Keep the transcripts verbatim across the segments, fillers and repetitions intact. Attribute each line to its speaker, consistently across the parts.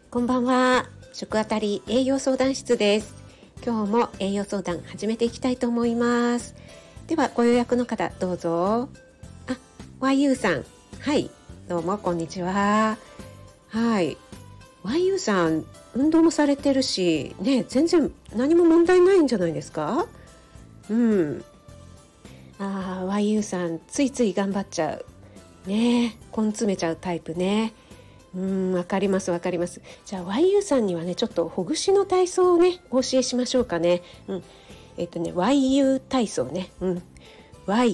Speaker 1: こんばんは。食あたり栄養相談室です。今日も栄養相談始めていきたいと思います。ではご予約の方どうぞ。あ、ワイユー さん、はい、どうもこんにちは。はい、ワイユー さん運動もされてるしね、全然何も問題ないんじゃないですか。うん。あー、ワイユー さんついつい頑張っちゃうね、根詰めちゃうタイプね。うん、わかりますわかります。じゃあ ワイユー さんにはね、ちょっとほぐしの体操をねお教えしましょうかね。うん、えっとね ワイユー 体操ね。うん、Y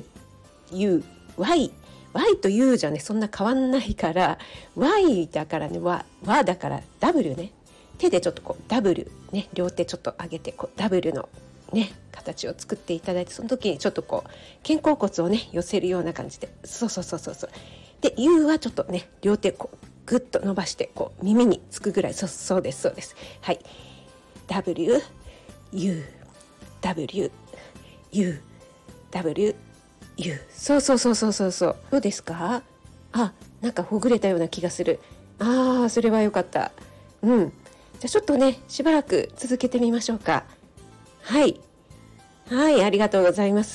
Speaker 1: U Y Y と U じゃねそんな変わんないから、 Y だからね、わわだから W ね。手でちょっとこう W ね、両手ちょっと上げてこう W のね形を作っていただいて、その時にちょっとこう肩甲骨をね寄せるような感じで、そうそうそうそうそう。で U はちょっとね両手こうぐっと伸ばしてこう耳につくぐらい、そうそうですそうです。はい、 W U W U W U、 そうそうそうそうそうそう。どうですか？あ、なんかほぐれたような気がする。あー、それは良かった。うん、じゃあちょっとねしばらく続けてみましょうか。はいはい、ありがとうございます。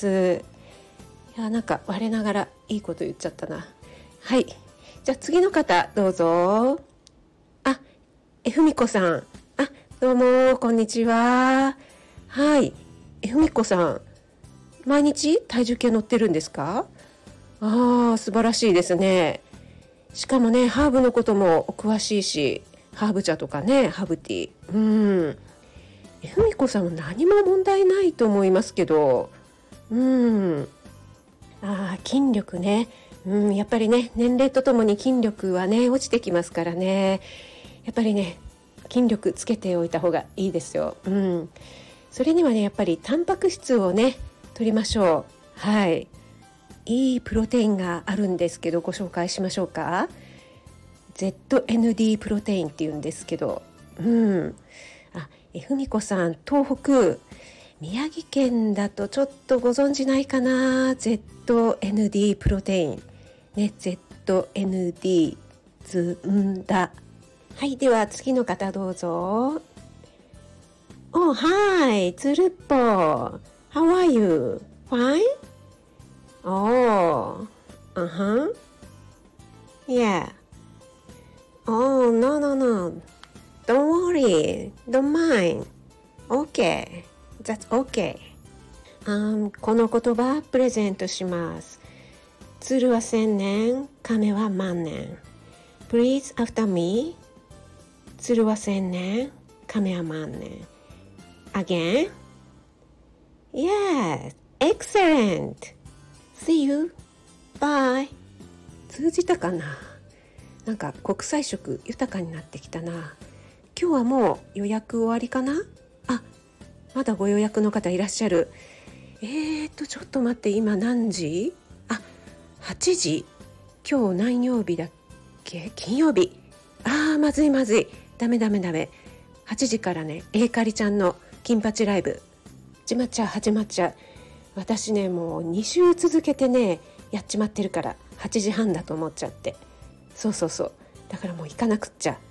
Speaker 1: いや、なんか我ながらいいこと言っちゃったな。はい、じゃあ次の方どうぞ。あ、えふみこさん。あ、どうもこんにちは。はい、えふみこさん、毎日体重計乗ってるんですか？あー、素晴らしいですね。しかもねハーブのこともお詳しいし、ハーブ茶とかね、ハーブティー。うん、えふみこさんも何も問題ないと思いますけど。うん、あー、筋力ね。うん、やっぱりね年齢とともに筋力はね落ちてきますからね。やっぱりね筋力つけておいた方がいいですよ。うん、それにはねやっぱりタンパク質をね取りましょう。はい、いいプロテインがあるんですけど、ご紹介しましょうか。 ゼットエヌディー プロテインっていうんですけど、うん、あ、えふみこさん東北宮城県だとちょっとご存じないかな。 ゼットエヌディー プロテインね、 ゼットエヌディー ずんだ。はい、では次の方どうぞ。Oh, hi, つるっぽ。How are you? Fine? Oh, uh-huh. Yeah. Oh, no, no, no. Don't worry. Don't mind. Okay. That's okay. Um, この言葉プレゼントします。鶴は千年、亀は万年。Please after me. 鶴は千年、亀は万年。Again? Yes. Excellent. See you. Bye. 通じたかな。なんか国際色豊かになってきたな。今日はもう予約終わりかな。あ、まだご予約の方いらっしゃる。えーとちょっと待って、今何時？あ、はちじ。今日何曜日だっけ？金曜日。あー、まずいまずい、ダメダメダメ。はちじからね、えいかりちゃんの金八ライブ始まっちゃう始まっちゃう。私ねもうに週続けてねやっちまってるから、はちじはんだと思っちゃって。そうそうそう、だからもう行かなくっちゃ。